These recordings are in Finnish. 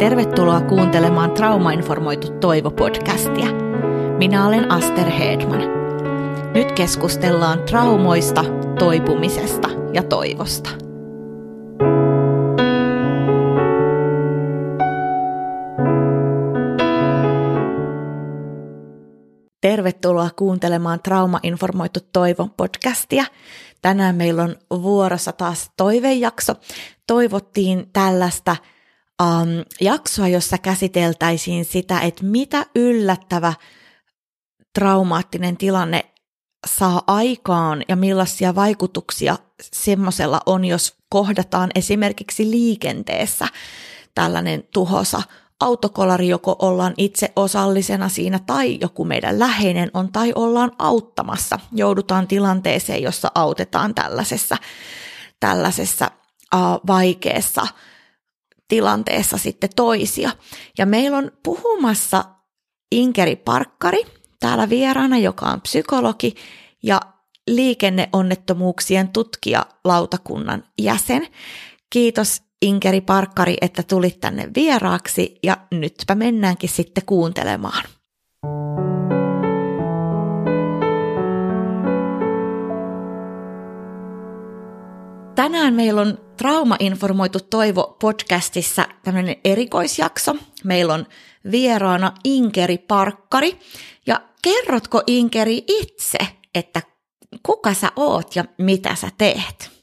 Tervetuloa kuuntelemaan Trauma-informoitu Toivo-podcastia. Minä olen Aster Hedman. Nyt keskustellaan traumoista, toipumisesta ja toivosta. Tervetuloa kuuntelemaan Trauma-informoitu Toivo-podcastia. Tänään meillä on vuorossa taas toivejakso. Toivottiin tällaista jaksoa, jossa käsiteltäisiin sitä, että mitä yllättävä traumaattinen tilanne saa aikaan ja millaisia vaikutuksia semmoisella on, jos kohdataan esimerkiksi liikenteessä tällainen tuhoisa autokolari, joko ollaan itse osallisena siinä tai joku meidän läheinen on tai ollaan auttamassa. Joudutaan tilanteeseen, jossa autetaan tällaisessa vaikeassa tilanteessa sitten toisia. Ja meillä on puhumassa Inkeri Parkkari täällä vieraana, joka on psykologi ja liikenneonnettomuuksien tutkijalautakunnan jäsen. Kiitos Inkeri Parkkari, että tulit tänne vieraaksi ja nytpä mennäänkin sitten kuuntelemaan. Tänään meillä on Trauma-informoitu Toivo-podcastissa tämmöinen erikoisjakso. Meillä on vieraana Inkeri Parkkari. Ja kerrotko Inkeri itse, että kuka sä oot ja mitä sä teet?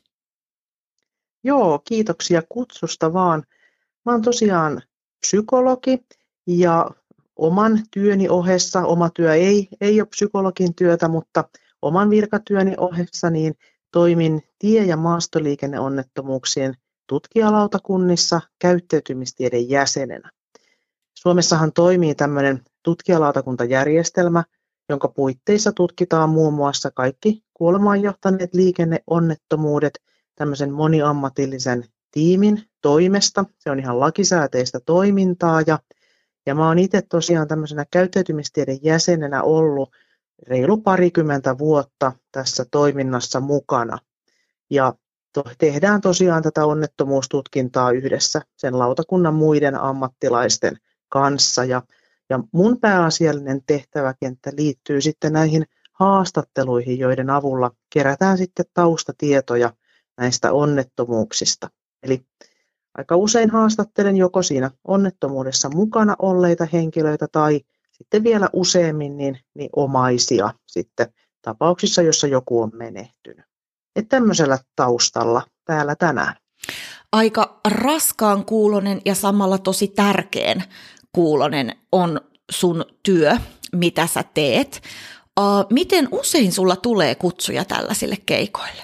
Joo, kiitoksia kutsusta vaan. Mä oon tosiaan psykologi ja oman työni ohessa, oma työ ei ole psykologin työtä, mutta oman virkatyöni ohessa niin toimin tie- ja maastoliikenneonnettomuuksien tutkijalautakunnissa käyttäytymistieden jäsenenä. Suomessahan toimii tämmöinen tutkijalautakuntajärjestelmä, jonka puitteissa tutkitaan muun muassa kaikki kuolemaan johtaneet liikenneonnettomuudet tämmöisen moniammatillisen tiimin toimesta. Se on ihan lakisääteistä toimintaa ja mä oon itse tosiaan tämmöisenä käyttäytymistieden jäsenenä ollut reilu parikymmentä vuotta tässä toiminnassa mukana. Ja tehdään tosiaan tätä onnettomuustutkintaa yhdessä sen lautakunnan muiden ammattilaisten kanssa. Ja mun pääasiallinen tehtäväkenttä liittyy sitten näihin haastatteluihin, joiden avulla kerätään sitten taustatietoja näistä onnettomuuksista. Eli aika usein haastattelen joko siinä onnettomuudessa mukana olleita henkilöitä tai sitten vielä useammin niin omaisia sitten tapauksissa, jossa joku on menehtynyt. Että tämmöisellä taustalla täällä tänään. Aika raskaan kuulonen ja samalla tosi tärkeän kuulonen on sun työ, mitä sä teet. Miten usein sulla tulee kutsuja tällaisille keikoille?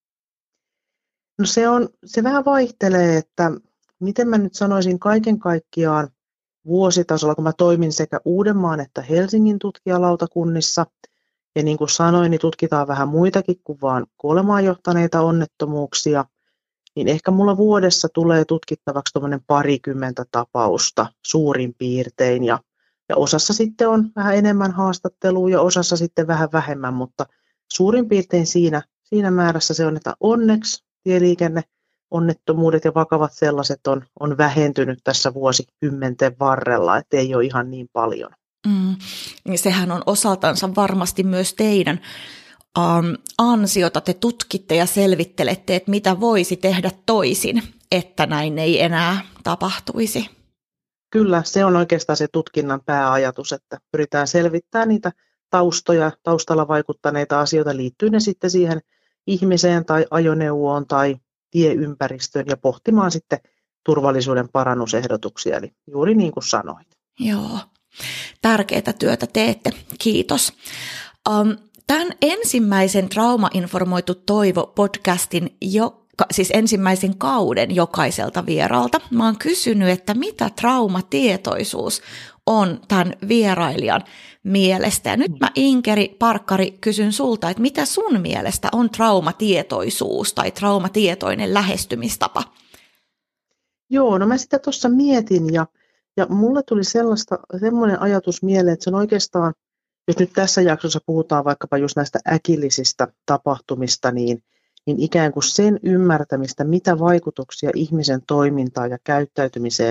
No se vähän vaihtelee, että miten mä nyt sanoisin kaiken kaikkiaan vuositasolla, kun mä toimin sekä Uudenmaan että Helsingin tutkijalautakunnissa. Ja niin kuin sanoin, niin tutkitaan vähän muitakin kuin vaan kuolemaan johtaneita onnettomuuksia. Niin ehkä mulla vuodessa tulee tutkittavaksi tuommoinen 20 tapausta suurin piirtein. Ja osassa sitten on vähän enemmän haastattelua ja osassa sitten vähän vähemmän, mutta suurin piirtein siinä määrässä se on, että onneksi tieliikenneonnettomuudet ja vakavat sellaiset on vähentynyt tässä vuosikymmenten varrella, että ei ole ihan niin paljon. Sehän on osaltansa varmasti myös teidän ansiota. Te tutkitte ja selvittelette, että mitä voisi tehdä toisin, että näin ei enää tapahtuisi. Kyllä, se on oikeastaan se tutkinnan pääajatus, että pyritään selvittämään niitä taustoja, taustalla vaikuttaneita asioita, liittyy ne sitten siihen ihmiseen tai ajoneuvoon tai tieympäristöön ja pohtimaan sitten turvallisuuden parannusehdotuksia, eli juuri niin kuin sanoit. Joo, tärkeää työtä teette, kiitos. Tämän ensimmäisen Trauma-informoitu Toivo-podcastin, siis ensimmäisen kauden jokaiselta vieraalta, mä oon kysynyt, että mitä traumatietoisuus on tämän vierailijan mielestä. Ja nyt mä Inkeri Parkkari kysyn sulta, että mitä sun mielestä on traumatietoisuus tai traumatietoinen lähestymistapa? Joo, no mä sitä tuossa mietin ja mulle tuli semmoinen ajatus mieleen, että se on oikeastaan, jos nyt tässä jaksossa puhutaan vaikkapa just näistä äkillisistä tapahtumista, niin ikään kuin sen ymmärtämistä, mitä vaikutuksia ihmisen toimintaan ja käyttäytymiseen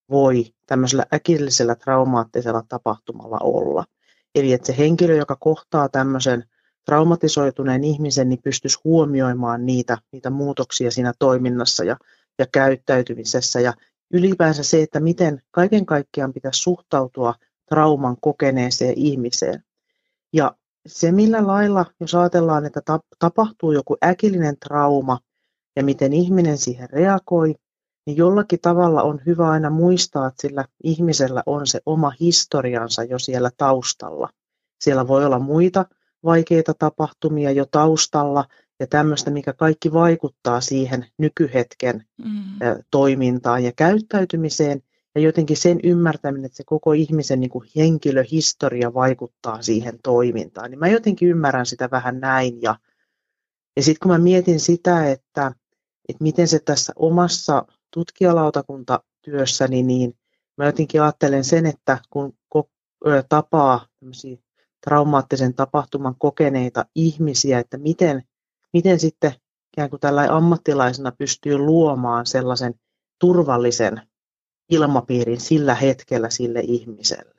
voi tämmöisellä äkillisellä traumaattisella tapahtumalla olla. Eli että se henkilö, joka kohtaa tämmöisen traumatisoituneen ihmisen, niin pystyisi huomioimaan niitä muutoksia siinä toiminnassa ja käyttäytymisessä. Ja ylipäänsä se, että miten kaiken kaikkiaan pitäisi suhtautua trauman kokeneeseen ihmiseen. Ja se, millä lailla, jos ajatellaan, että tapahtuu joku äkillinen trauma ja miten ihminen siihen reagoi, niin jollakin tavalla on hyvä aina muistaa, että sillä ihmisellä on se oma historiansa jo siellä taustalla. Siellä voi olla muita vaikeita tapahtumia jo taustalla ja tämmöistä, mikä kaikki vaikuttaa siihen nykyhetken toimintaan ja käyttäytymiseen. Ja jotenkin sen ymmärtäminen, että se koko ihmisen niin kuin henkilöhistoria vaikuttaa siihen toimintaan. Niin mä jotenkin ymmärrän sitä vähän näin. Ja sitten kun mä mietin sitä, että miten se tässä omassa tutkijalautakuntatyössäni, niin mä jotenkin ajattelen sen, että kun tapaa traumaattisen tapahtuman kokeneita ihmisiä, että miten sitten ikään kuin tällainen ammattilaisena pystyy luomaan sellaisen turvallisen ilmapiirin sillä hetkellä sille ihmiselle.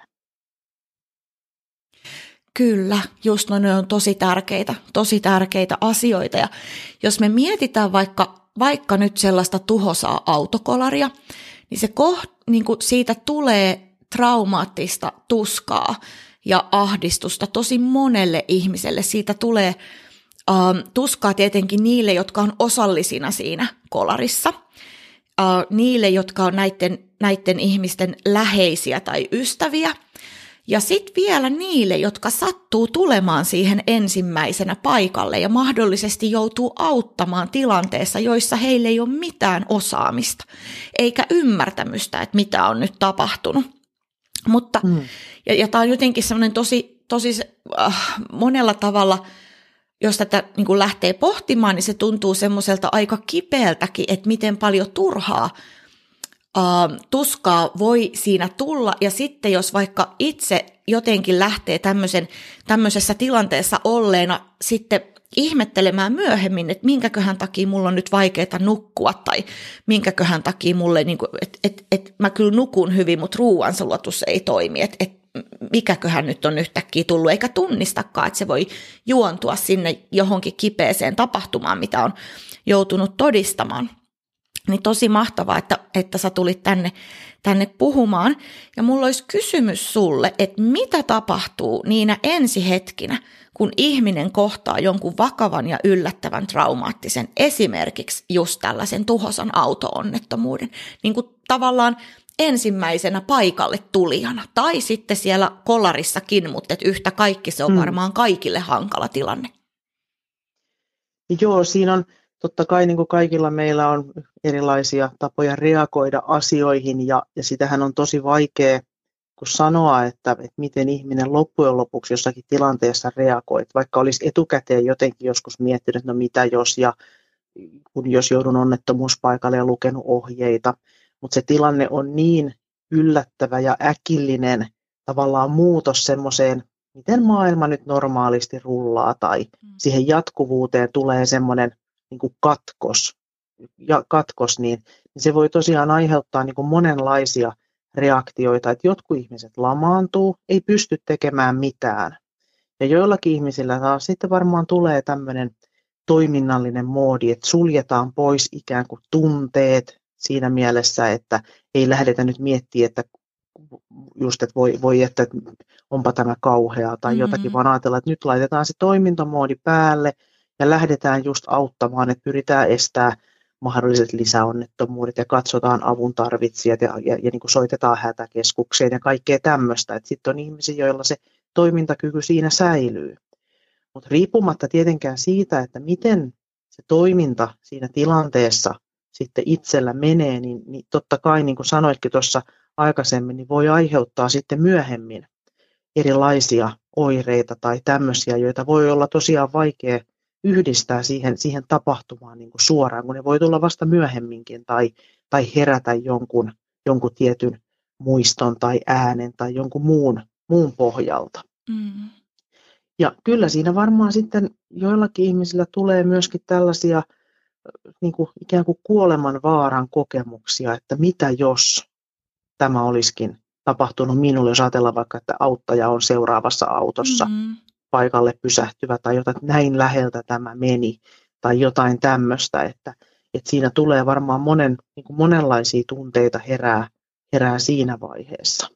Kyllä, just ne on tosi tärkeitä asioita. Ja jos me mietitään vaikka nyt sellaista tuhoisaa autokolaria, niin niin kuin siitä tulee traumaattista tuskaa ja ahdistusta tosi monelle ihmiselle. Siitä tulee tuskaa tietenkin niille, jotka on osallisina siinä kolarissa, niille, jotka on näiden ihmisten läheisiä tai ystäviä, ja sitten vielä niille, jotka sattuu tulemaan siihen ensimmäisenä paikalle ja mahdollisesti joutuu auttamaan tilanteessa, joissa heillä ei ole mitään osaamista eikä ymmärtämystä, että mitä on nyt tapahtunut. Mutta, ja tämä on jotenkin semmoinen tosi monella tavalla, jos tätä niin kuin lähtee pohtimaan, niin se tuntuu semmoiselta aika kipeältäkin, että miten paljon turhaa tuskaa voi siinä tulla, ja sitten jos vaikka itse jotenkin lähtee tämmöisessä tilanteessa olleena sitten ihmettelemään myöhemmin, että minkäköhän takia mulla on nyt vaikeaa nukkua, tai minkäköhän takia mulle, niin että mä kyllä nukun hyvin, mutta ruoansulatus ei toimi, että mikäköhän nyt on yhtäkkiä tullut, eikä tunnistakaan, että se voi juontua sinne johonkin kipeäseen tapahtumaan, mitä on joutunut todistamaan. Niin tosi mahtavaa, että sä tulit tänne puhumaan. Ja mulla olisi kysymys sulle, että mitä tapahtuu niinä ensihetkinä, kun ihminen kohtaa jonkun vakavan ja yllättävän traumaattisen, esimerkiksi just tällaisen tuhoisan auto-onnettomuuden, niin kuin tavallaan ensimmäisenä paikalle tulijana, tai sitten siellä kolarissakin, mutta yhtä kaikki se on varmaan kaikille hankala tilanne. Joo, siinä on totta kai niin kuin kaikilla meillä on erilaisia tapoja reagoida asioihin, ja sitähän on tosi vaikea kun sanoa, että miten ihminen loppujen lopuksi jossakin tilanteessa reagoi. Vaikka olisi etukäteen jotenkin joskus miettinyt, no mitä jos, ja jos joudun onnettomuuspaikalle ja lukenut ohjeita, mutta se tilanne on niin yllättävä ja äkillinen tavallaan muutos semmoiseen, miten maailma nyt normaalisti rullaa, tai siihen jatkuvuuteen tulee semmoinen niin kuin katkos, niin se voi tosiaan aiheuttaa niin kuin monenlaisia reaktioita, että jotkut ihmiset lamaantuu, ei pysty tekemään mitään. Ja joillakin ihmisillä taas sitten varmaan tulee tämmöinen toiminnallinen moodi, että suljetaan pois ikään kuin tunteet siinä mielessä, että ei lähdetä nyt miettimään, että just, että voi että onpa tämä kauheaa tai jotakin, vaan ajatellaan, että nyt laitetaan se toimintamoodi päälle ja lähdetään just auttamaan, että pyritään estämään mahdolliset lisäonnettomuudet ja katsotaan avun tarvitsijat ja niin kuin soitetaan hätäkeskukseen ja kaikkea tämmöistä. Sitten on ihmisiä, joilla se toimintakyky siinä säilyy. Mutta riippumatta tietenkään siitä, että miten se toiminta siinä tilanteessa sitten itsellä menee, niin totta kai, niin kuin sanoitkin tuossa aikaisemmin, niin voi aiheuttaa sitten myöhemmin erilaisia oireita tai tämmöisiä, joita voi olla tosiaan vaikea yhdistää siihen tapahtumaan niin kuin suoraan, kun ne voi tulla vasta myöhemminkin tai herätä jonkun tietyn muiston tai äänen tai jonkun muun pohjalta. Ja kyllä siinä varmaan sitten joillakin ihmisillä tulee myöskin tällaisia niin kuin ikään kuin kuoleman vaaran kokemuksia, että mitä jos tämä olisikin tapahtunut minulle, jos ajatellaan vaikka, että auttaja on seuraavassa autossa paikalle pysähtyvä tai jotain, että näin läheltä tämä meni tai jotain tämmöistä, että siinä tulee varmaan monenlaisia tunteita herää siinä vaiheessa.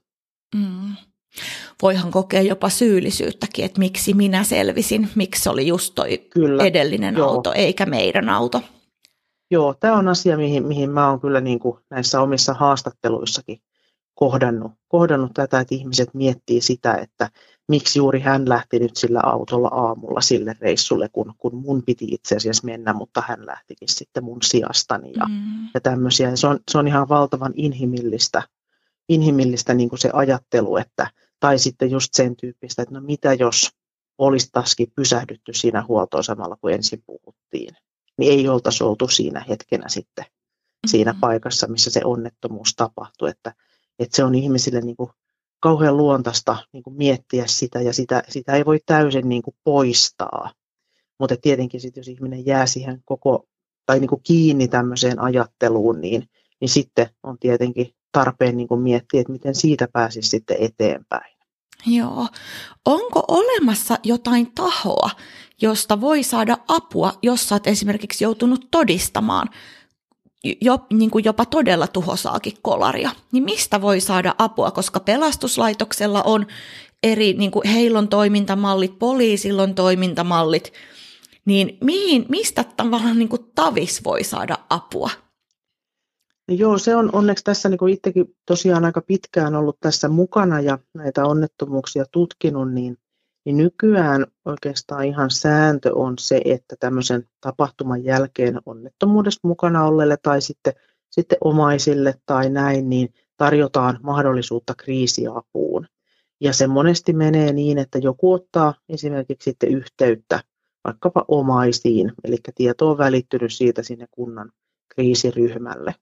Voihan kokea jopa syyllisyyttäkin, että miksi minä selvisin, miksi oli just toi edellinen auto eikä meidän auto. Joo, tämä on asia, mihin mä oon kyllä niin kuin näissä omissa haastatteluissakin kohdannut tätä, että ihmiset miettii sitä, että miksi juuri hän lähti nyt sillä autolla aamulla sille reissulle, kun mun piti itse asiassa mennä, mutta hän lähtikin sitten mun sijastani ja tämmöisiä. Ja se on ihan valtavan inhimillistä niin kuin se ajattelu, tai sitten just sen tyyppistä, että no mitä jos olisi taaskin pysähdytty siinä huoltoasemalla, kun ensin puhuttiin, niin ei oltaisi oltu siinä hetkenä sitten siinä paikassa, missä se onnettomuus tapahtui, että se on ihmisille niin kuin kauhean luontaista niin kuin miettiä sitä, ja sitä ei voi täysin niin kuin poistaa, mutta tietenkin sitten, jos ihminen jää siihen tai niin kuin kiinni tämmöiseen ajatteluun, niin sitten on tietenkin tarpeen niin kuin miettiä, että miten siitä pääsisi sitten eteenpäin. Joo. Onko olemassa jotain tahoa, josta voi saada apua, jos sä oot esimerkiksi joutunut todistamaan niin kuin jopa todella tuhosaakin kolaria? Niin mistä voi saada apua, koska pelastuslaitoksella on eri, niin kuin heillä on toimintamallit, poliisilla on toimintamallit, niin mistä tavallaan niin kuin TAVIS voi saada apua? Joo, se on onneksi tässä niin kuin itsekin tosiaan aika pitkään ollut tässä mukana ja näitä onnettomuuksia tutkinut, niin nykyään oikeastaan ihan sääntö on se, että tämmöisen tapahtuman jälkeen onnettomuudesta mukana olleille tai sitten omaisille tai näin, niin tarjotaan mahdollisuutta kriisiapuun. Ja se monesti menee niin, että joku ottaa esimerkiksi sitten yhteyttä vaikkapa omaisiin, eli tieto on välittynyt siitä sinne kunnan kriisiryhmälle.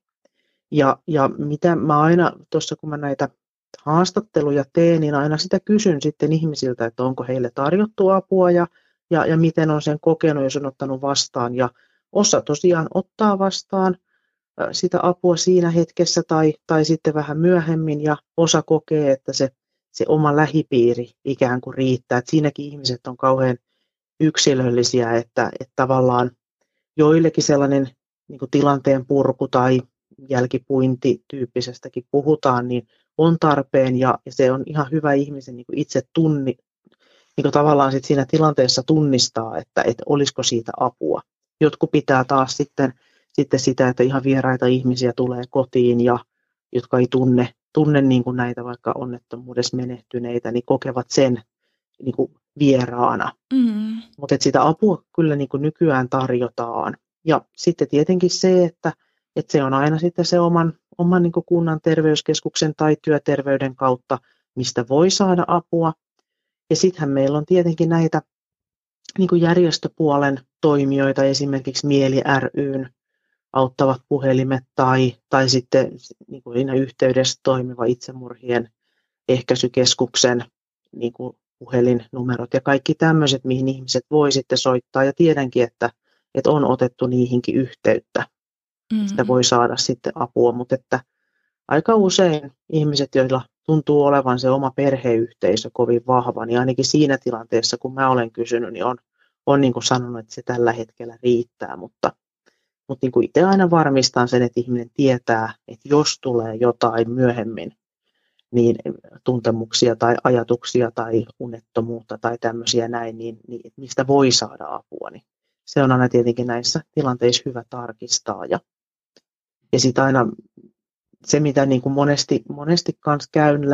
Ja mitä mä aina tuossa, kun mä näitä haastatteluja teen, niin aina sitä kysyn sitten ihmisiltä, että onko heille tarjottu apua ja miten on sen kokenut, jos on ottanut vastaan. Ja osa tosiaan ottaa vastaan sitä apua siinä hetkessä tai sitten vähän myöhemmin, ja osa kokee, että se oma lähipiiri ikään kuin riittää. Että siinäkin ihmiset on kauhean yksilöllisiä, että tavallaan joillekin sellainen niin kuin tilanteen purku tai jälkipuinti tyyppisestäkin puhutaan, niin on tarpeen ja se on ihan hyvä ihmisen niin kuin itse niin kuin tavallaan sit siinä tilanteessa tunnistaa, että olisiko siitä apua. Jotkut pitää taas sitten sitä, että ihan vieraita ihmisiä tulee kotiin ja jotka ei tunne niin kuin näitä vaikka onnettomuudessa menehtyneitä, niin kokevat sen niin kuin vieraana. Mutta sitä apua kyllä niin kuin nykyään tarjotaan. Ja sitten tietenkin se, että se on aina sitten se oman niin kuin kunnan terveyskeskuksen tai työterveyden kautta, mistä voi saada apua. Ja sittenhän meillä on tietenkin näitä niin kuin järjestöpuolen toimijoita, esimerkiksi Mieli ry:n auttavat puhelimet tai sitten niin kuin siinä yhteydessä toimiva itsemurhien ehkäisykeskuksen niin kuin puhelinnumerot ja kaikki tämmöiset, mihin ihmiset voi sitten soittaa. Ja tiedänkin, että on otettu niihinkin yhteyttä. Sitä voi saada sitten apua, mutta että aika usein ihmiset, joilla tuntuu olevan se oma perheyhteisö kovin vahva, niin ainakin siinä tilanteessa, kun mä olen kysynyt, niin on niin kuin sanonut, että se tällä hetkellä riittää, mutta niin kuin itse aina varmistan sen, että ihminen tietää, että jos tulee jotain myöhemmin, niin tuntemuksia tai ajatuksia tai unettomuutta tai tämmöisiä näin, niin mistä voi saada apua, niin se on aina tietenkin näissä tilanteissa hyvä tarkistaa. Ja sitten aina se, mitä niin kuin monesti kanssa käyn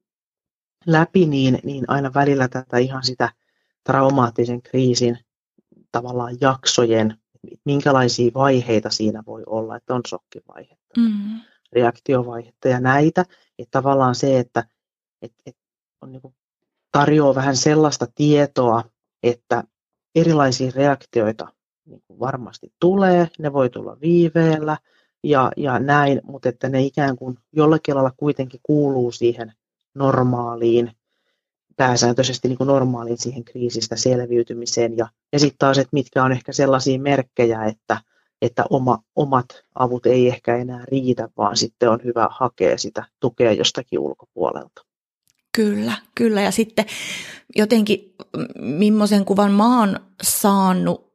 läpi niin aina välillä tätä ihan sitä traumaattisen kriisin tavallaan jaksojen, minkälaisia vaiheita siinä voi olla, että on shokkivaihetta, reaktiovaihetta ja näitä. Että tavallaan se, että on niin kuin tarjoaa vähän sellaista tietoa, että erilaisia reaktioita niin kuin varmasti tulee, ne voi tulla viiveellä ja näin, mutta että ne ikään kuin jollakin lailla kuitenkin kuuluu siihen normaaliin, pääsääntöisesti niin kuin normaaliin siihen kriisistä selviytymiseen. Ja sitten taas, että mitkä on ehkä sellaisia merkkejä, että että omat avut ei ehkä enää riitä, vaan sitten on hyvä hakea sitä tukea jostakin ulkopuolelta. Kyllä, kyllä. Ja sitten jotenkin, millaisen kuvan mä oon saanut,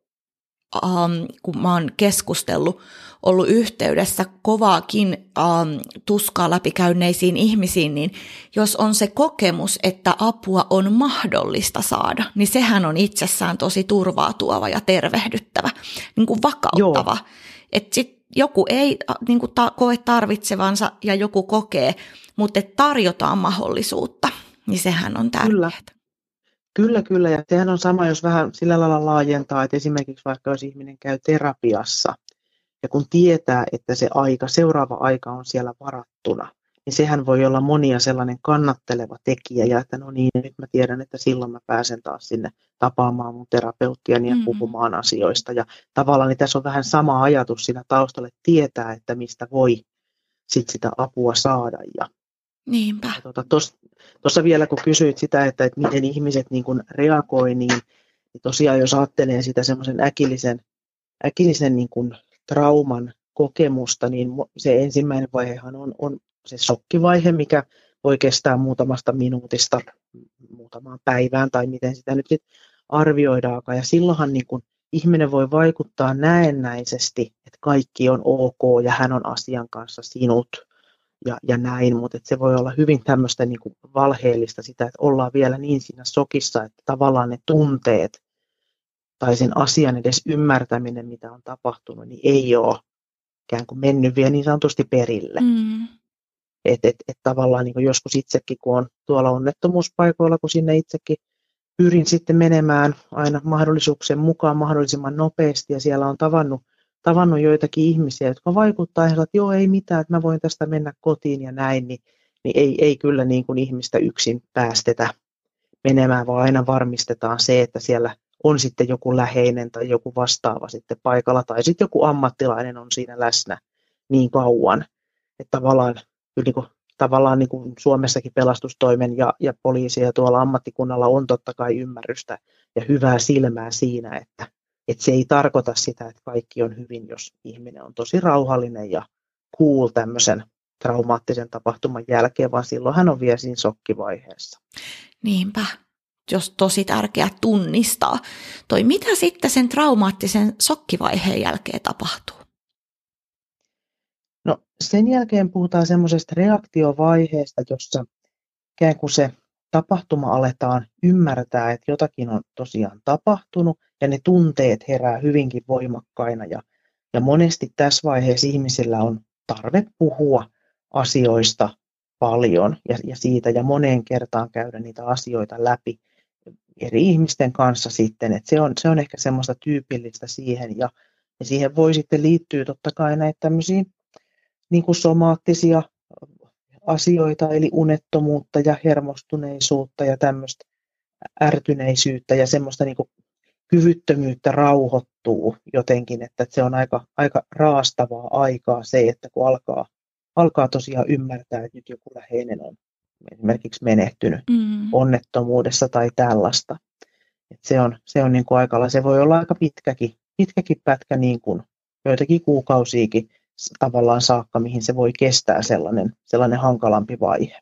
kun mä oon keskustellut, ollut yhteydessä kovaakin tuskaa läpikäyneisiin ihmisiin, niin jos on se kokemus, että apua on mahdollista saada, niin sehän on itsessään tosi turvaa tuova ja tervehdyttävä, niin kuin vakauttava. Että sit joku ei niin kuin koe tarvitsevansa ja joku kokee, mutta tarjotaan mahdollisuutta, niin sehän on tärkeää. Kyllä. Ja sehän on sama, jos vähän sillä lailla laajentaa, että esimerkiksi vaikka jos ihminen käy terapiassa, ja kun tietää, että se seuraava aika on siellä varattuna, niin sehän voi olla monia sellainen kannatteleva tekijä, ja että no niin, nyt mä tiedän, että silloin mä pääsen taas sinne tapaamaan mun terapeuttiani ja puhumaan asioista. Ja tavallaan niin tässä on vähän sama ajatus siinä taustalla, että tietää, että mistä voi sitä apua saada. Niinpä. Tuossa vielä kun kysyit sitä, että miten ihmiset niin kuin reagoi, niin tosiaan jos ajattelee sitä semmoisen äkillisen niin kuin trauman kokemusta, niin se ensimmäinen vaihehan on se shokkivaihe, mikä voi kestää muutamasta minuutista muutamaan päivään tai miten sitä nyt arvioidaankaan. Ja silloinhan niin kuin ihminen voi vaikuttaa näennäisesti, että kaikki on ok ja hän on asian kanssa sinut ja näin, mutta se voi olla hyvin tämmöistä niin kuin valheellista sitä, että ollaan vielä niin siinä shokissa, että tavallaan ne tunteet tai sen asian edes ymmärtäminen, mitä on tapahtunut, niin ei ole ikään kuin mennyt vielä niin sanotusti perille. Tavallaan niin kuin joskus itsekin, kun on tuolla onnettomuuspaikoilla, kun sinne itsekin pyrin sitten menemään aina mahdollisuuksien mukaan mahdollisimman nopeasti, ja siellä on tavannut joitakin ihmisiä, jotka vaikuttaa, että joo, ei mitään, että mä voin tästä mennä kotiin ja näin, niin ei kyllä niin kuin ihmistä yksin päästetä menemään, vaan aina varmistetaan se, että siellä on sitten joku läheinen tai joku vastaava sitten paikalla, tai sitten joku ammattilainen on siinä läsnä niin kauan, että tavallaan niin kuin Suomessakin pelastustoimen ja poliisi ja tuolla ammattikunnalla on totta kai ymmärrystä ja hyvää silmää siinä, että se ei tarkoita sitä, että kaikki on hyvin, jos ihminen on tosi rauhallinen ja cool tämmöisen traumaattisen tapahtuman jälkeen, vaan silloin hän on vielä siinä shokkivaiheessa. Niinpä, jos tosi tärkeää tunnistaa. Mitä sitten sen traumaattisen shokkivaiheen jälkeen tapahtuu? No sen jälkeen puhutaan semmoisesta reaktiovaiheesta, jossa ikään kuin se tapahtuma aletaan ymmärtää, että jotakin on tosiaan tapahtunut ja ne tunteet herää hyvinkin voimakkaina ja monesti tässä vaiheessa ihmisillä on tarve puhua asioista paljon ja siitä ja moneen kertaan käydä niitä asioita läpi eri ihmisten kanssa sitten, että se on ehkä semmoista tyypillistä siihen ja siihen voi sitten liittyä totta kai näitä tämmöisiä niin kuin somaattisia asioita, eli unettomuutta ja hermostuneisuutta ja tämmöistä ärtyneisyyttä ja semmoista niin kuin kyvyttömyyttä rauhoittuu jotenkin, että se on aika raastavaa aikaa se, että kun alkaa tosiaan ymmärtää, että nyt joku läheinen on esimerkiksi menehtynyt onnettomuudessa tai tällaista. Että se on niin kuin aikalla, se voi olla aika pitkäkin pätkä, niin kuin joitakin kuukausiakin tavallaan saakka, mihin se voi kestää sellainen hankalampi vaihe.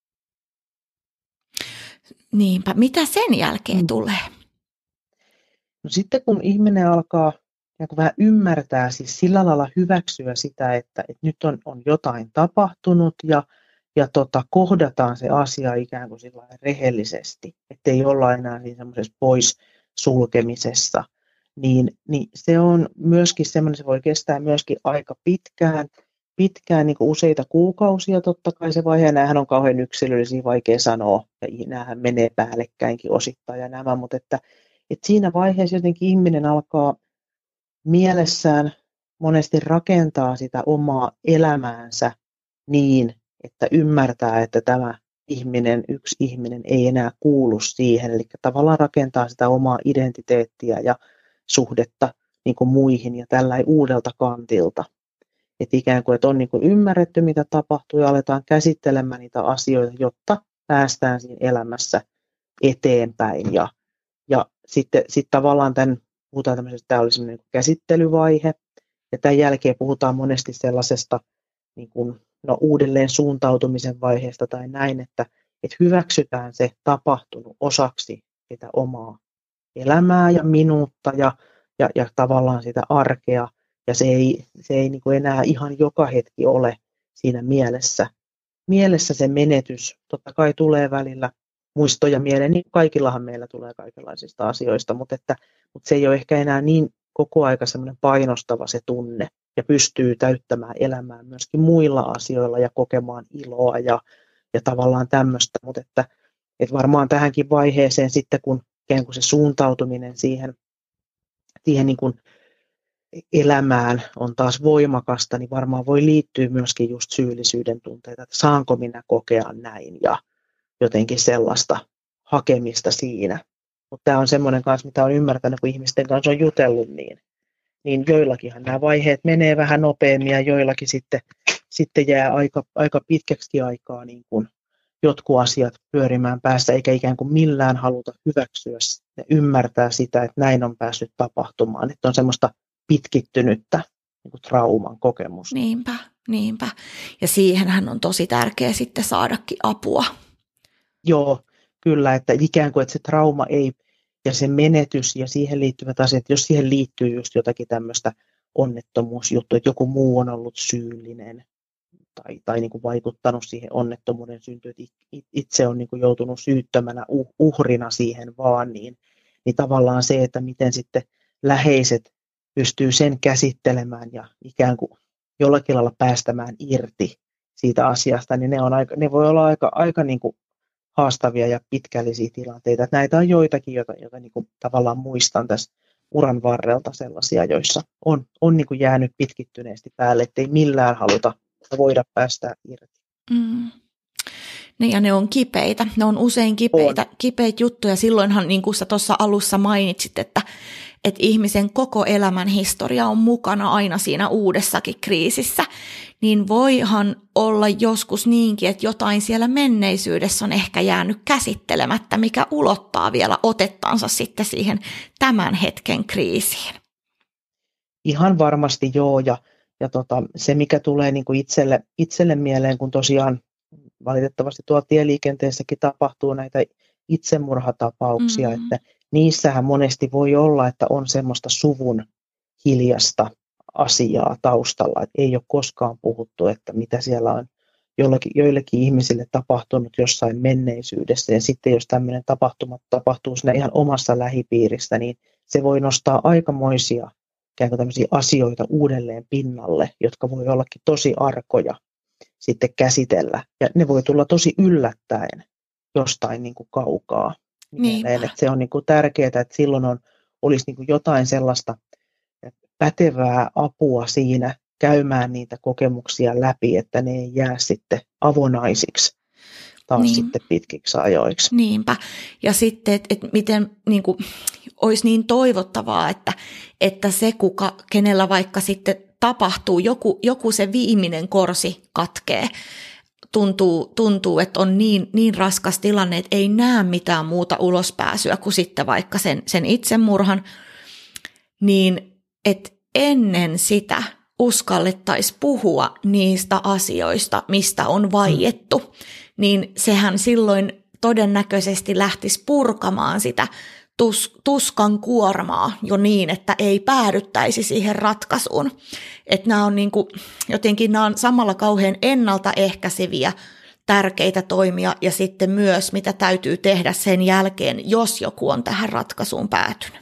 Niinpä. Mitä sen jälkeen tulee? No sitten kun ihminen alkaa vähän ymmärtää, siis sillä lailla hyväksyä sitä, että nyt on jotain tapahtunut ja kohdataan se asia ikään kuin sillä rehellisesti, ettei olla enää siinä semmoisessa poissulkemisessa, niin se on myöskin semmoinen, se voi kestää myöskin aika pitkään niin kuin useita kuukausia totta kai se vaihe, näähän on kauhean yksilöllisiä, vaikea sanoa, ja näähän menee päällekkäinkin osittain ja nämä, mutta että siinä vaiheessa jotenkin ihminen alkaa mielessään monesti rakentaa sitä omaa elämäänsä niin, että ymmärtää, että tämä yksi ihminen ei enää kuulu siihen, eli tavallaan rakentaa sitä omaa identiteettiä ja suhdetta niin kuin muihin ja tällä uudelta kantilta. Että ikään kuin, että on niin kuin ymmärretty, mitä tapahtuu ja aletaan käsittelemään niitä asioita, jotta päästään siinä elämässä eteenpäin. Ja sitten tavallaan puhutaan tämmöisestä, tämä oli semmoinen käsittelyvaihe, Ja tämän jälkeen puhutaan monesti sellaisesta niin kuin, uudelleen suuntautumisen vaiheesta tai näin, että hyväksytään se tapahtunut osaksi sitä omaa elämää ja minuutta ja tavallaan sitä arkea. Ja se ei niin kuin enää ihan joka hetki ole siinä mielessä se menetys. Totta kai tulee välillä muistoja mieleen, niin kaikillahan meillä tulee kaikenlaisista asioista, mutta se ei ole ehkä enää niin koko aika semmoinen painostava se tunne ja pystyy täyttämään elämää myöskin muilla asioilla ja kokemaan iloa ja tavallaan tämmöistä, mutta että varmaan tähänkin vaiheeseen sitten, kun ikään kuin se suuntautuminen siihen niin kuin elämään on taas voimakasta, niin varmaan voi liittyä myöskin just syyllisyyden tunteita, että saanko minä kokea näin ja jotenkin sellaista hakemista siinä. Mutta tämä on semmoinen kanssa, mitä olen ymmärtänyt, kun ihmisten kanssa on jutellut, niin joillakinhan nämä vaiheet menee vähän nopeammin ja joillakin sitten jää aika pitkäksi aikaa niin kuin jotkut asiat pyörimään päässä, eikä ikään kuin millään haluta hyväksyä ja ymmärtää sitä, että näin on päässyt tapahtumaan. Että on semmoista pitkittynyttä niin kuin trauman kokemusta. Niinpä. Ja siihenhän on tosi tärkeää sitten saadakin apua. Joo, kyllä, että ikään kuin että se trauma ei ja se menetys ja siihen liittyvät asiat, jos siihen liittyy just jotakin tämmöistä onnettomuusjuttua, että joku muu on ollut syyllinen tai niin kuin vaikuttanut siihen onnettomuuden syntyyn, että itse on niin kuin joutunut syyttömänä uhrina siihen vaan, niin tavallaan se, että miten sitten läheiset pystyy sen käsittelemään ja ikään kuin jollakin lailla päästämään irti siitä asiasta, niin ne voi olla aika niin kuin haastavia ja pitkällisiä tilanteita. Että näitä on joitakin, joita niin kuin tavallaan muistan tässä uran varrelta sellaisia, joissa on niin kuin jäänyt pitkittyneesti päälle, ettei millään voida päästä irti. Ja ne on kipeitä. Ne on usein kipeitä juttuja. Silloinhan, niin kuin sä tuossa alussa mainitsit, että ihmisen koko elämän historia on mukana aina siinä uudessakin kriisissä, niin voihan olla joskus niinkin, että jotain siellä menneisyydessä on ehkä jäänyt käsittelemättä, mikä ulottaa vielä otettansa sitten siihen tämän hetken kriisiin. Ihan varmasti joo, ja se mikä tulee niin kuin itselle mieleen, kun tosiaan valitettavasti tuolla tieliikenteessäkin tapahtuu näitä itsemurhatapauksia, että niissähän monesti voi olla, että on semmoista suvun hiljasta asiaa taustalla, että ei ole koskaan puhuttu, että mitä siellä on joillekin ihmisille tapahtunut jossain menneisyydessä, ja sitten jos tämmöinen tapahtuma tapahtuu siinä ihan omassa lähipiirissä, niin se voi nostaa aikamoisia ikään kuin tämmöisiä asioita uudelleen pinnalle, jotka voi ollakin tosi arkoja sitten käsitellä, ja ne voi tulla tosi yllättäen jostain niin kuin kaukaa. Että se on niin kuin tärkeää, että silloin olisi niin kuin jotain sellaista pätevää apua siinä käymään niitä kokemuksia läpi, että ne ei jää sitten avonaisiksi taas sitten pitkiksi ajoiksi. Niinpä. Ja sitten, että miten niin kuin, olisi niin toivottavaa, että se, kenellä vaikka sitten tapahtuu, joku se viimeinen korsi katkee, tuntuu, että on niin raskas tilanne, että ei näe mitään muuta ulospääsyä kuin sitten vaikka sen itsemurhan, niin että ennen sitä uskallettaisiin puhua niistä asioista, mistä on vaiettu, niin sehän silloin todennäköisesti lähtisi purkamaan sitä tuskan kuormaa jo niin, että ei päädyttäisi siihen ratkaisuun. Että nämä on jotenkin samalla kauhean ennaltaehkäiseviä tärkeitä toimia ja sitten myös mitä täytyy tehdä sen jälkeen, jos joku on tähän ratkaisuun päätynyt.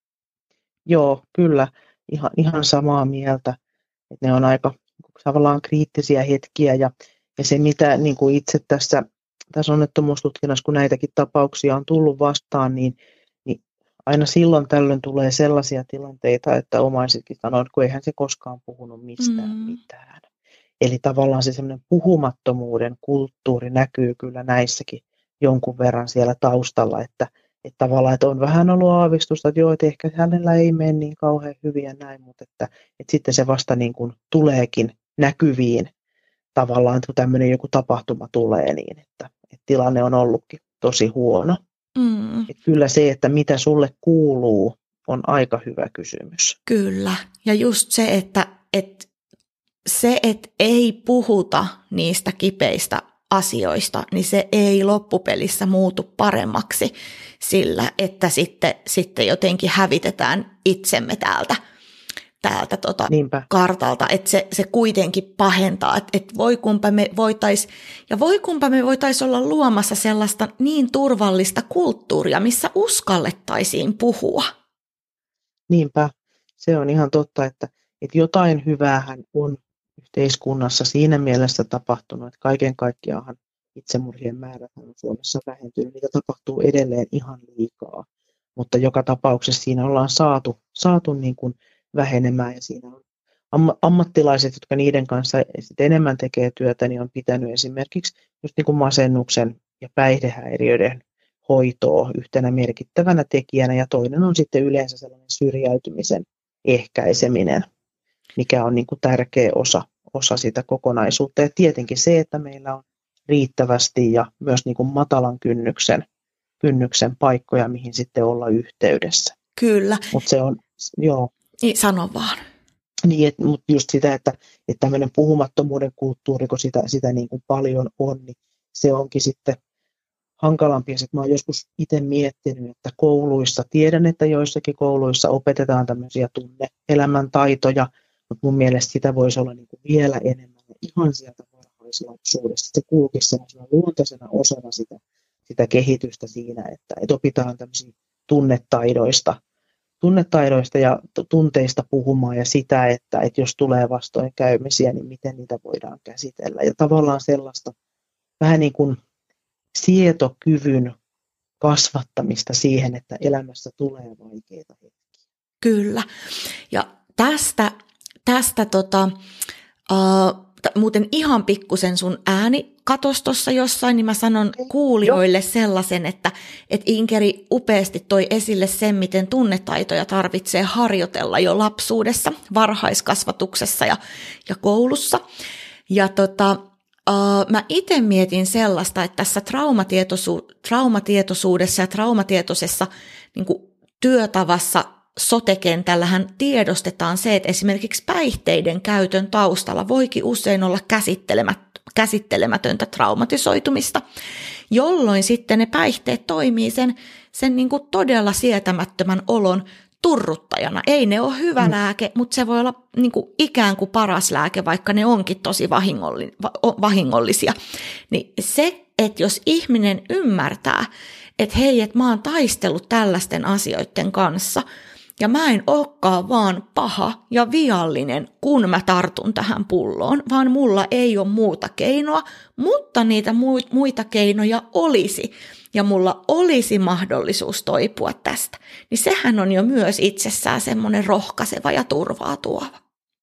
Joo, kyllä. Ihan samaa mieltä. Että ne on aika tavallaan kriittisiä hetkiä ja se mitä niin kuin itse tässä onnettomuustutkinnassa, kun näitäkin tapauksia on tullut vastaan, niin aina silloin tällöin tulee sellaisia tilanteita, että omaisetkin sanoo, että kun eihän se koskaan puhunut mistään mitään. Eli tavallaan se semmoinen puhumattomuuden kulttuuri näkyy kyllä näissäkin jonkun verran siellä taustalla, että tavallaan että on vähän ollut aavistusta, että joo, että ehkä hänellä ei mene niin kauhean hyvin ja näin, mutta että sitten se vasta niin kuin tuleekin näkyviin tavallaan, kun tämmöinen joku tapahtuma tulee niin, että tilanne on ollutkin tosi huono. Että kyllä se, että mitä sulle kuuluu on aika hyvä kysymys. Kyllä. Ja just se, että ei puhuta niistä kipeistä asioista, niin se ei loppupelissä muutu paremmaksi sillä, että sitten jotenkin hävitetään itsemme täältä kartalta, että se kuitenkin pahentaa, että voi kumpa me voitaisiin olla luomassa sellaista niin turvallista kulttuuria, missä uskallettaisiin puhua. Niinpä, se on ihan totta, että jotain hyväähän on yhteiskunnassa siinä mielessä tapahtunut, että kaiken kaikkiaan itsemurhien määrät on Suomessa vähentynyt, niitä tapahtuu edelleen ihan liikaa, mutta joka tapauksessa siinä ollaan saatu niin kuin vähenemään ja siinä on ammattilaiset, jotka niiden kanssa enemmän tekee työtä, niin on pitänyt esimerkiksi just niin kuin masennuksen ja päihdehäiriöiden hoitoa yhtenä merkittävänä tekijänä ja toinen on sitten yleensä sellainen syrjäytymisen ehkäiseminen, mikä on niin kuin tärkeä osa sitä kokonaisuutta. Ja tietenkin se, että meillä on riittävästi ja myös niin kuin matalan kynnyksen paikkoja, mihin sitten olla yhteydessä. Kyllä. Mutta se on, joo. Niin, sano vaan. Niin, mutta just sitä, että tämmöinen puhumattomuuden kulttuuri, kun sitä niin kuin paljon on, niin se onkin sitten hankalampi. Sitten mä oon joskus itse miettinyt, että kouluissa, tiedän, että joissakin kouluissa opetetaan tämmöisiä tunne-elämän taitoja, mutta mun mielestä sitä voisi olla niin kuin vielä enemmän ihan sieltä varhaislapsuudesta. Se kulkisi sellaisena luontaisena osana sitä kehitystä siinä, että opitaan tämmöisiä tunnetaidoista ja tunteista puhumaan ja sitä, että jos tulee vastoinkäymisiä, niin miten niitä voidaan käsitellä. Ja tavallaan sellaista vähän niin kuin sietokyvyn kasvattamista siihen, että elämässä tulee vaikeita hetkiä. Kyllä. Ja tästä muuten ihan pikkusen sun ääni katosi tuossa jossain, niin mä sanon kuulijoille sellaisen, että Inkeri upeasti toi esille sen, miten tunnetaitoja tarvitsee harjoitella jo lapsuudessa, varhaiskasvatuksessa ja koulussa. Ja mä itse mietin sellaista, että tässä traumatietoisuudessa ja traumatietoisessa niin kuin työtavassa sote-kentällähän tiedostetaan se, että esimerkiksi päihteiden käytön taustalla voikin usein olla käsittelemätöntä traumatisoitumista, jolloin sitten ne päihteet toimii sen niin kuin todella sietämättömän olon turruttajana. Ei ne ole hyvä lääke, mutta se voi olla niin kuin ikään kuin paras lääke, vaikka ne onkin tosi vahingollisia. Niin se, että jos ihminen ymmärtää, että hei, että mä oon taistellut tällaisten asioiden kanssa, ja mä en olekaan vaan paha ja viallinen, kun mä tartun tähän pulloon, vaan mulla ei ole muuta keinoa, mutta niitä muita keinoja olisi, ja mulla olisi mahdollisuus toipua tästä. Niin sehän on jo myös itsessään semmoinen rohkaiseva ja turvaa tuova.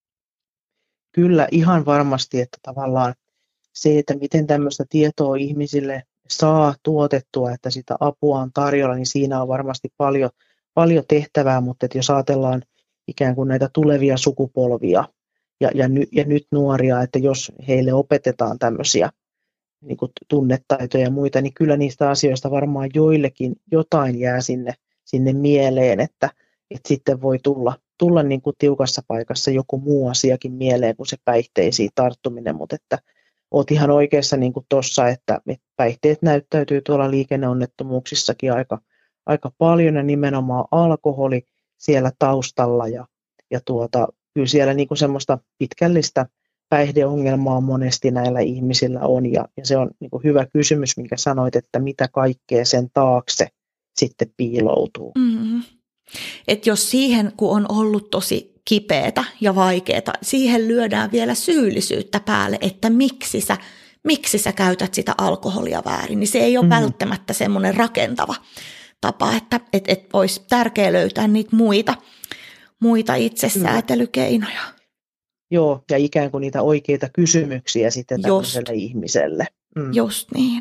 Kyllä, ihan varmasti, että tavallaan se, että miten tämmöistä tietoa ihmisille saa tuotettua, että sitä apua on tarjolla, niin siinä on varmasti paljon tehtävää, mutta että jos ajatellaan ikään kuin näitä tulevia sukupolvia ja nyt nuoria, että jos heille opetetaan tämmöisiä niin kuin tunnetaitoja ja muita, niin kyllä niistä asioista varmaan joillekin jotain jää sinne mieleen, että sitten voi tulla niin kuin tiukassa paikassa joku muu asiakin mieleen kuin se päihteisiin tarttuminen, mutta että olet ihan oikeassa niin kuin tuossa, että päihteet näyttäytyy tuolla liikenneonnettomuuksissakin aika paljon ja nimenomaan alkoholi siellä taustalla ja kyllä siellä niin kuin semmoista pitkällistä päihdeongelmaa monesti näillä ihmisillä on ja se on niin kuin hyvä kysymys, minkä sanoit, että mitä kaikkea sen taakse sitten piiloutuu. Mm-hmm. Että jos siihen, kun on ollut tosi kipeätä ja vaikeaa, siihen lyödään vielä syyllisyyttä päälle, että miksi sä käytät sitä alkoholia väärin, niin se ei ole välttämättä semmoinen rakentava tapa, että olisi tärkeää löytää niitä muita itsesäätelykeinoja. Joo, ja ikään kuin niitä oikeita kysymyksiä sitten tämmöiselle ihmiselle. Just niin.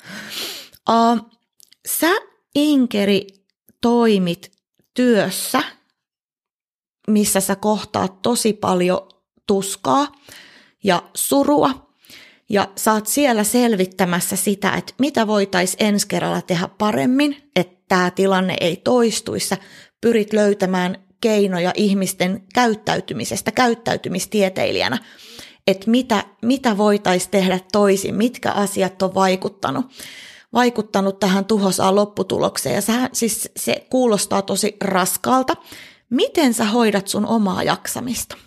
Sä, Inkeri, toimit työssä, missä sä kohtaat tosi paljon tuskaa ja surua, ja sä oot siellä selvittämässä sitä, että mitä voitaisiin ensi kerralla tehdä paremmin, että tämä tilanne ei toistuisi. Sä pyrit löytämään keinoja ihmisten käyttäytymisestä käyttäytymistieteilijänä, että mitä voitaisiin tehdä toisin, mitkä asiat on vaikuttanut tähän tuhoisaan lopputulokseen. Ja siis se kuulostaa tosi raskaalta. Miten sä hoidat sun omaa jaksamista?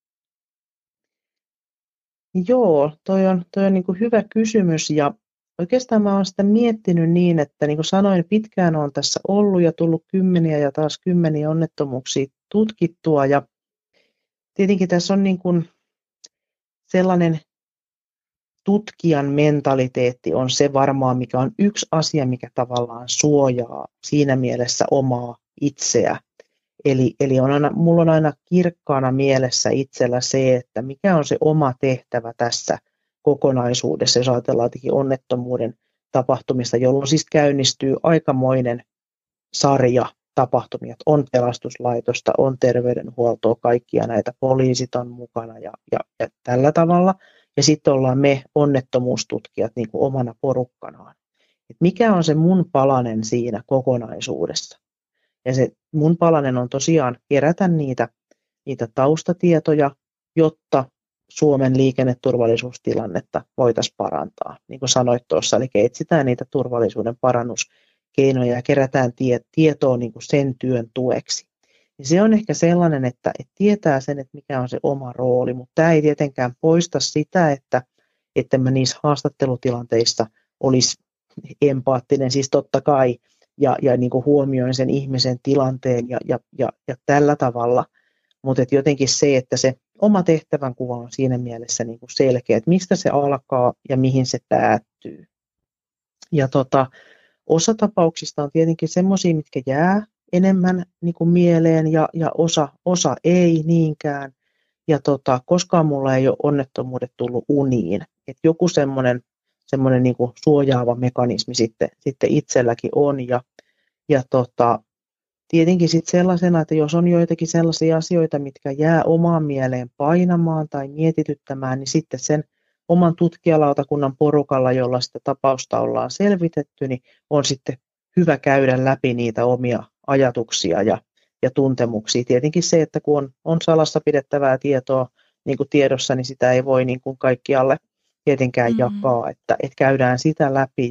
Joo, toi on niin kuin hyvä kysymys ja oikeastaan mä oon sitä miettinyt niin, että niin kuin sanoin, pitkään on tässä ollut ja tullut kymmeniä ja taas kymmeniä onnettomuuksia tutkittua ja tietenkin tässä on niin kuin sellainen tutkijan mentaliteetti on se varmaan, mikä on yksi asia, mikä tavallaan suojaa siinä mielessä omaa itseä. Eli mulla on aina kirkkaana mielessä itsellä se, että mikä on se oma tehtävä tässä kokonaisuudessa, jos ajatellaan onnettomuuden tapahtumista, jolloin siis käynnistyy aikamoinen sarja tapahtumia. On pelastuslaitosta, on terveydenhuoltoa, kaikkia näitä, poliisit on mukana ja tällä tavalla. Ja sitten ollaan me onnettomuustutkijat niin kuin omana porukkanaan. Et mikä on se mun palanen siinä kokonaisuudessa? Ja se mun palanen on tosiaan kerätä niitä taustatietoja, jotta Suomen liikenneturvallisuustilannetta voitaisiin parantaa. Niin kuin sanoit tuossa, eli etsitään niitä turvallisuuden parannuskeinoja ja kerätään tietoa niin kuin sen työn tueksi. Ja se on ehkä sellainen, että tietää sen, että mikä on se oma rooli, mutta tämä ei tietenkään poista sitä, että mä niissä haastattelutilanteissa olisi empaattinen, siis totta kai, ja niin kuin huomioin sen ihmisen tilanteen ja tällä tavalla, mutta jotenkin se, että se oma tehtävänkuva on siinä mielessä niin kuin selkeä, että mistä se alkaa ja mihin se päättyy. Ja osa tapauksista on tietenkin semmoisia, mitkä jää enemmän niin kuin mieleen ja osa ei niinkään. Ja koskaan mulla ei ole onnettomuudet tullut uniin. Et joku semmoinen niin kuin suojaava mekanismi sitten itselläkin on. Ja tietenkin sitten sellaisena, että jos on joitakin sellaisia asioita, mitkä jää omaan mieleen painamaan tai mietityttämään, niin sitten sen oman tutkijalautakunnan porukalla, jolla sitä tapausta ollaan selvitetty, niin on sitten hyvä käydä läpi niitä omia ajatuksia ja tuntemuksia. Tietenkin se, että kun on salassa pidettävää tietoa niin kuin tiedossa, niin sitä ei voi niin kuin kaikkialle tietenkään jakaa, että käydään sitä läpi.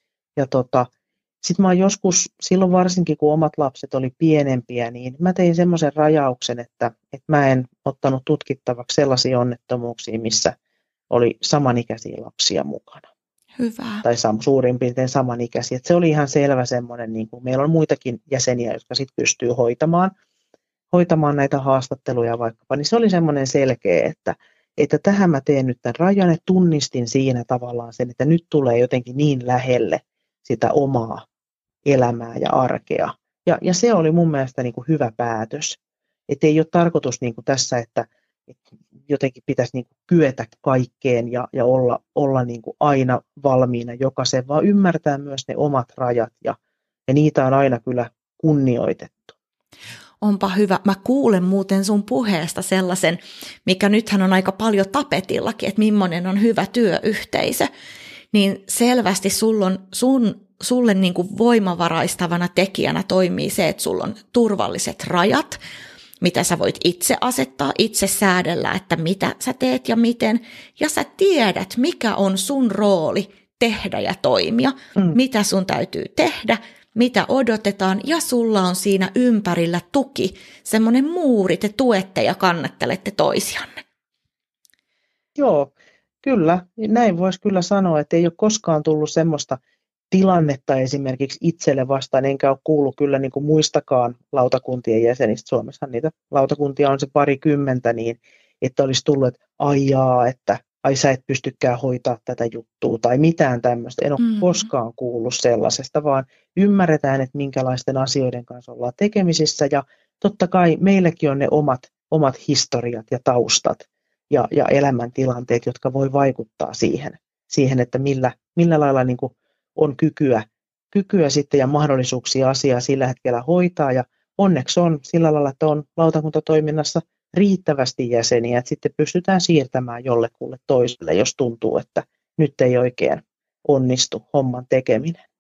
Sitten mä oon joskus, silloin varsinkin kun omat lapset oli pienempiä, niin mä tein semmoisen rajauksen, että mä en ottanut tutkittavaksi sellaisia onnettomuuksia, missä oli samanikäisiä lapsia mukana. Hyvä. Tai suurin piirtein samanikäisiä. Et se oli ihan selvä semmoinen, niin kuin meillä on muitakin jäseniä, jotka sitten pystyy hoitamaan näitä haastatteluja vaikkapa, niin se oli semmoinen selkeä, että tähän mä teen nyt tämän rajan, ja tunnistin siinä tavallaan sen, että nyt tulee jotenkin niin lähelle sitä omaa elämää ja arkea. Ja se oli mun mielestä niin kuin hyvä päätös. Että ei ole tarkoitus niin kuin tässä, että jotenkin pitäisi niin kuin kyetä kaikkeen ja olla niin kuin aina valmiina jokaisen, vaan ymmärtää myös ne omat rajat ja niitä on aina kyllä kunnioitettu. Onpa hyvä. Mä kuulen muuten sun puheesta sellaisen, mikä nythän on aika paljon tapetillakin, että millainen on hyvä työyhteisö. Niin selvästi sulle niin kuin voimavaraistavana tekijänä toimii se, että sulla on turvalliset rajat, mitä sä voit itse asettaa, itse säädellä, että mitä sä teet ja miten. Ja sä tiedät, mikä on sun rooli tehdä ja toimia, mitä sun täytyy tehdä, mitä odotetaan, ja sulla on siinä ympärillä tuki, semmoinen muuri, te tuette ja kannattelette toisianne. Joo, kyllä. Näin voisi kyllä sanoa, että ei ole koskaan tullut semmoista tilannetta esimerkiksi itselle vastaan, enkä ole kuullut kyllä niin kuin muistakaan lautakuntien jäsenistä. Suomessahan niitä lautakuntia on se 20, niin että olisi tullut, että että sä et pystykään hoitaa tätä juttua tai mitään tämmöistä. En ole koskaan kuullut sellaisesta, vaan ymmärretään, että minkälaisten asioiden kanssa ollaan tekemisissä ja totta kai meilläkin on ne omat historiat ja taustat ja elämäntilanteet, jotka voi vaikuttaa siihen että millä lailla niin kuin on kykyä sitten ja mahdollisuuksia asiaa sillä hetkellä hoitaa ja onneksi on sillä lailla, että on lautakuntatoiminnassa riittävästi jäseniä, että sitten pystytään siirtämään jollekulle toiselle, jos tuntuu, että nyt ei oikein onnistu homman tekeminen.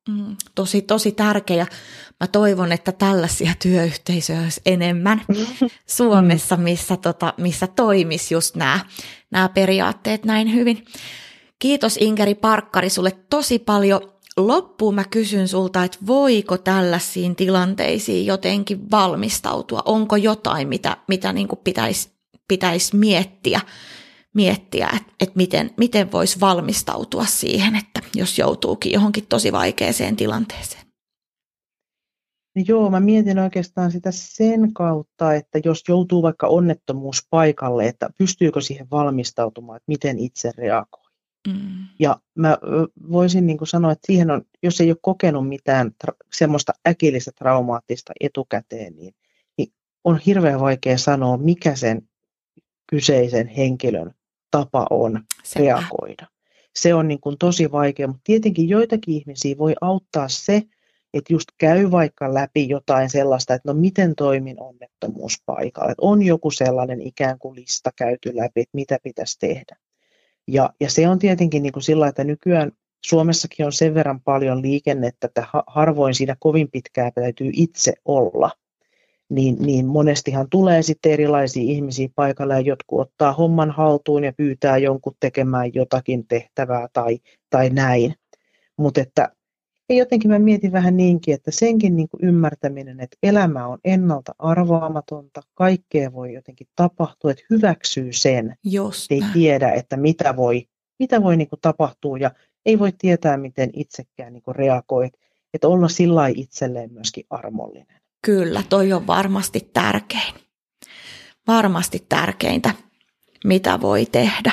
Tosi tärkeä. Mä toivon, että tällaisia työyhteisöjä olisi enemmän Suomessa, missä toimisi just nämä periaatteet näin hyvin. Kiitos Inkeri Parkkari sulle tosi paljon. Loppuun mä kysyn sulta, että voiko tällaisiin tilanteisiin jotenkin valmistautua? Onko jotain, mitä niin kuin pitäisi miettiä, että miten voisi valmistautua siihen, että jos joutuukin johonkin tosi vaikeaseen tilanteeseen? Joo, mä mietin oikeastaan sitä sen kautta, että jos joutuu vaikka onnettomuuspaikalle, että pystyykö siihen valmistautumaan, että miten itse reagoi. Ja mä voisin niin kuin sanoa, että siihen on, jos ei ole kokenut mitään semmoista äkillistä traumaattista etukäteen, niin on hirveän vaikea sanoa, mikä sen kyseisen henkilön tapa on reagoida. Se on niin kuin tosi vaikea, mutta tietenkin joitakin ihmisiä voi auttaa se, että just käy vaikka läpi jotain sellaista, että no miten toimin onnettomuuspaikalla. Että on joku sellainen ikään kuin lista käyty läpi, että mitä pitäisi tehdä. Ja se on tietenkin niin kuin sillä, että nykyään Suomessakin on sen verran paljon liikennettä, että harvoin siinä kovin pitkään täytyy itse olla. Niin monestihan tulee sitten erilaisia ihmisiä paikalle ja jotkut ottaa homman haltuun ja pyytää jonkun tekemään jotakin tehtävää tai näin. Mutta että jotenkin mä mietin vähän niinkin, että senkin niin kuin ymmärtäminen, että elämä on ennalta arvaamatonta, kaikkea voi jotenkin tapahtua, että hyväksyy sen, ei tiedä, että mitä voi niin kuin tapahtua ja ei voi tietää, miten itsekään niin kuin reagoi, että olla sillä lailla itselleen myöskin armollinen. Kyllä, toi on varmasti tärkein. Varmasti tärkeintä, mitä voi tehdä.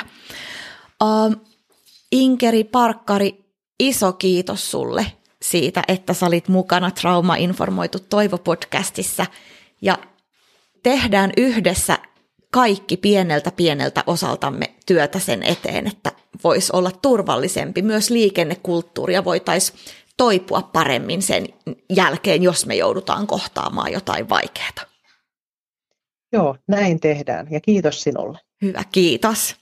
Inkeri Parkkari, iso kiitos sulle siitä, että sä olit mukana Trauma-informoitu Toivo-podcastissa. Ja tehdään yhdessä kaikki pieneltä osaltamme työtä sen eteen, että voisi olla turvallisempi. Myös liikennekulttuuria voitaisiin toipua paremmin sen jälkeen, jos me joudutaan kohtaamaan jotain vaikeaa. Joo, näin tehdään ja kiitos sinulle. Hyvä, kiitos.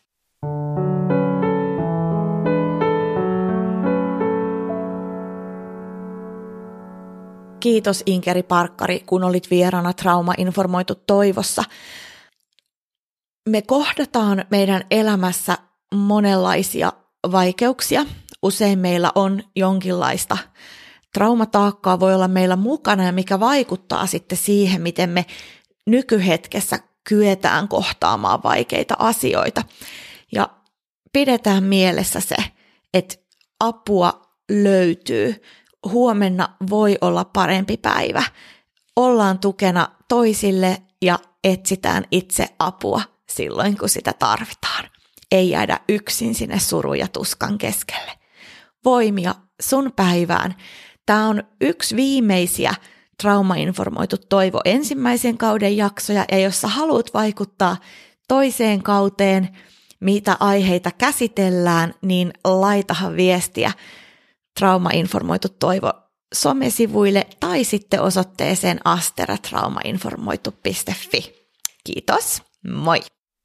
Kiitos Inkeri Parkkari, kun olit vieraana Trauma-informoitu Toivossa. Me kohdataan meidän elämässä monenlaisia vaikeuksia. Usein meillä on jonkinlaista traumataakkaa voi olla meillä mukana ja mikä vaikuttaa sitten siihen, miten me nykyhetkessä kyetään kohtaamaan vaikeita asioita. Ja pidetään mielessä se, että apua löytyy. Huomenna voi olla parempi päivä. Ollaan tukena toisille ja etsitään itse apua silloin, kun sitä tarvitaan. Ei jäädä yksin sinne surun ja tuskan keskelle. Voimia sun päivään. Tämä on yksi viimeisiä Trauma-informoitu Toivo ensimmäisen kauden jaksoja, ja jos sä haluat vaikuttaa toiseen kauteen, mitä aiheita käsitellään, niin laitahan viestiä Trauma-informoitu Toivo somesivuille tai sitten osoitteeseen asteratraumainformoitu.fi. Kiitos, moi!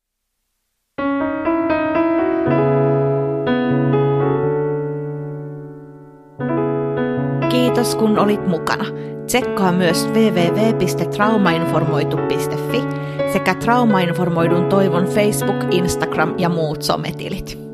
Kiitos kun olit mukana. Tsekkaa myös www.traumainformoitu.fi sekä Traumainformoidun Toivon Facebook, Instagram ja muut sometilit.